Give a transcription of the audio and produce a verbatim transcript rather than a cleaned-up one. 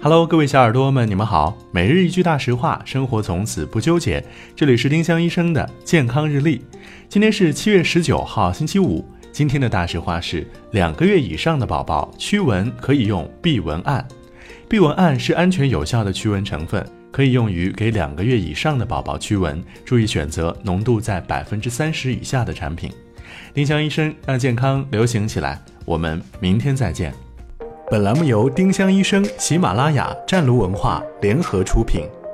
Hello， 各位小耳朵们，你们好。每日一句大实话，生活从此不纠结。这里是丁香医生的健康日历。今天是七月十九号，星期五。今天的大实话是：两个月以上的宝宝驱蚊可以用避蚊胺。避蚊胺是安全有效的驱蚊成分，可以用于给两个月以上的宝宝驱蚊。注意选择浓度在百分之三十以下的产品。丁香医生让健康流行起来。我们明天再见。本栏目由丁香医生、喜马拉雅、湛卢文化联合出品。